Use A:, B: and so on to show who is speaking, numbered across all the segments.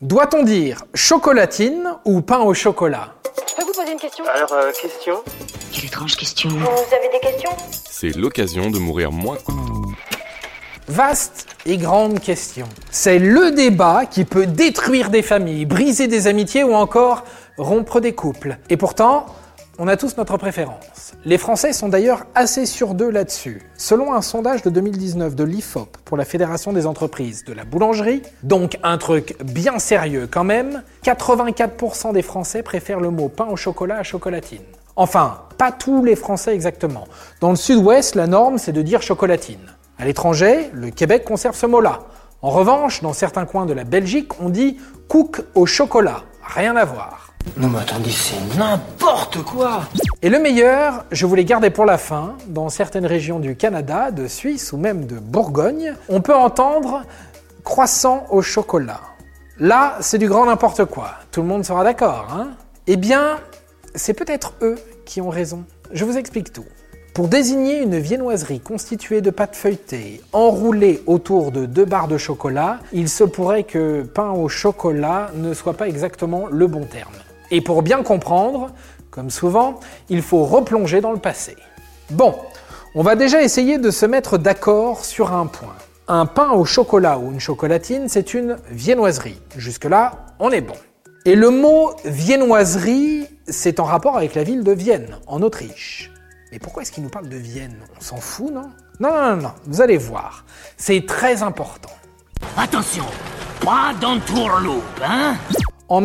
A: Doit-on dire chocolatine ou pain au chocolat ?
B: Je peux vous poser une question ?
C: Alors, question ?
D: Quelle étrange question.
B: Vous avez des questions ?
E: C'est l'occasion de mourir moins.
A: Vaste et grande question. C'est le débat qui peut détruire des familles, briser des amitiés ou encore rompre des couples. Et pourtant, on a tous notre préférence. Les Français sont d'ailleurs assez sûrs d'eux là-dessus. Selon un sondage de 2019 de l'IFOP pour la Fédération des entreprises de la boulangerie, donc un truc bien sérieux quand même, 84% des Français préfèrent le mot pain au chocolat à chocolatine. Enfin, pas tous les Français exactement. Dans le sud-ouest, la norme, c'est de dire chocolatine. À l'étranger, le Québec conserve ce mot-là. En revanche, dans certains coins de la Belgique, on dit « cook au chocolat ». Rien à voir.
C: Non mais attendez, c'est n'importe quoi!
A: Et le meilleur, je vous l'ai gardé pour la fin. Dans certaines régions du Canada, de Suisse ou même de Bourgogne, on peut entendre « croissant au chocolat ». Là, c'est du grand n'importe quoi. Tout le monde sera d'accord, hein ? Eh bien, c'est peut-être eux qui ont raison. Je vous explique tout. Pour désigner une viennoiserie constituée de pâte feuilletée, enroulée autour de 2 barres de chocolat, il se pourrait que pain au chocolat ne soit pas exactement le bon terme. Et pour bien comprendre, comme souvent, il faut replonger dans le passé. Bon, on va déjà essayer de se mettre d'accord sur un point. Un pain au chocolat ou une chocolatine, c'est une viennoiserie. Jusque-là, on est bon. Et le mot viennoiserie, c'est en rapport avec la ville de Vienne, en Autriche. Mais pourquoi est-ce qu'il nous parle de Vienne ? On s'en fout, non ? Non, vous allez voir. C'est très important.
D: Attention, pas d'entourloupe, hein ?
A: En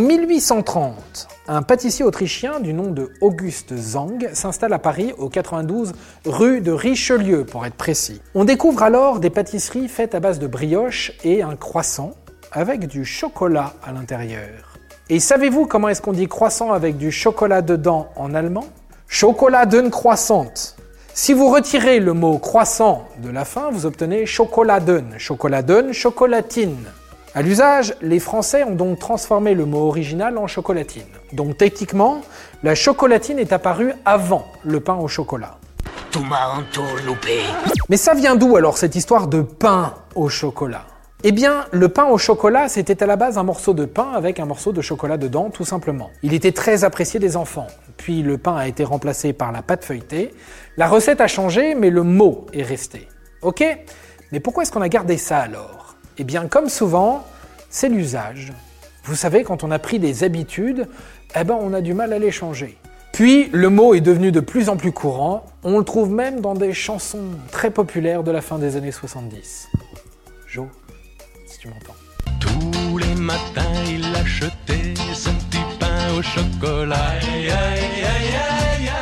A: 1830, un pâtissier autrichien du nom de Auguste Zang s'installe à Paris au 92 rue de Richelieu, pour être précis. On découvre alors des pâtisseries faites à base de brioche et un croissant avec du chocolat à l'intérieur. Et savez-vous comment est-ce qu'on dit croissant avec du chocolat dedans en allemand ? Schokoladen Croissant. Si vous retirez le mot croissant de la fin, vous obtenez Schokoladen, Schokoladen, chocolatine. À l'usage, les Français ont donc transformé le mot original en chocolatine. Donc techniquement, la chocolatine est apparue avant le pain au chocolat.
D: Tu m'as entourloupé.
A: Mais ça vient d'où alors cette histoire de pain au chocolat ? Eh bien, le pain au chocolat, c'était à la base un morceau de pain avec un morceau de chocolat dedans, tout simplement. Il était très apprécié des enfants. Puis le pain a été remplacé par la pâte feuilletée. La recette a changé, mais le mot est resté. Ok ? Mais pourquoi est-ce qu'on a gardé ça alors ? Eh bien, comme souvent, c'est l'usage. Vous savez, quand on a pris des habitudes, on a du mal à les changer. Puis, le mot est devenu de plus en plus courant. On le trouve même dans des chansons très populaires de la fin des années 70. Jo, si tu m'entends.
F: Tous les matins, il achetait son petit pain au chocolat. Aïe, aïe, aïe, aïe, aïe.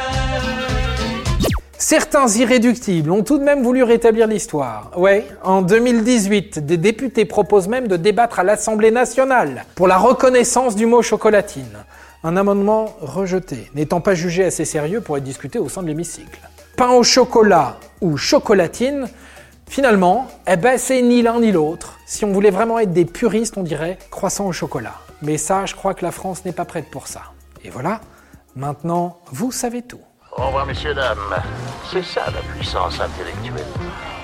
A: Certains irréductibles ont tout de même voulu rétablir l'histoire. Ouais, en 2018, des députés proposent même de débattre à l'Assemblée nationale pour la reconnaissance du mot chocolatine. Un amendement rejeté, n'étant pas jugé assez sérieux pour être discuté au sein de l'hémicycle. Pain au chocolat ou chocolatine, finalement, c'est ni l'un ni l'autre. Si on voulait vraiment être des puristes, on dirait croissant au chocolat. Mais ça, je crois que la France n'est pas prête pour ça. Et voilà, maintenant, vous savez tout.
G: Au revoir, messieurs, dames. C'est ça, la puissance intellectuelle.
B: Sapristi !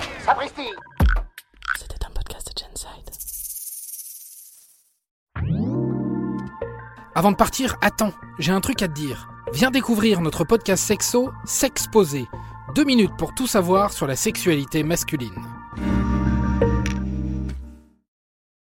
D: C'était un podcast de Genside.
A: Avant de partir, attends, j'ai un truc à te dire. Viens découvrir notre podcast sexo, S'exposer. 2 minutes pour tout savoir sur la sexualité masculine.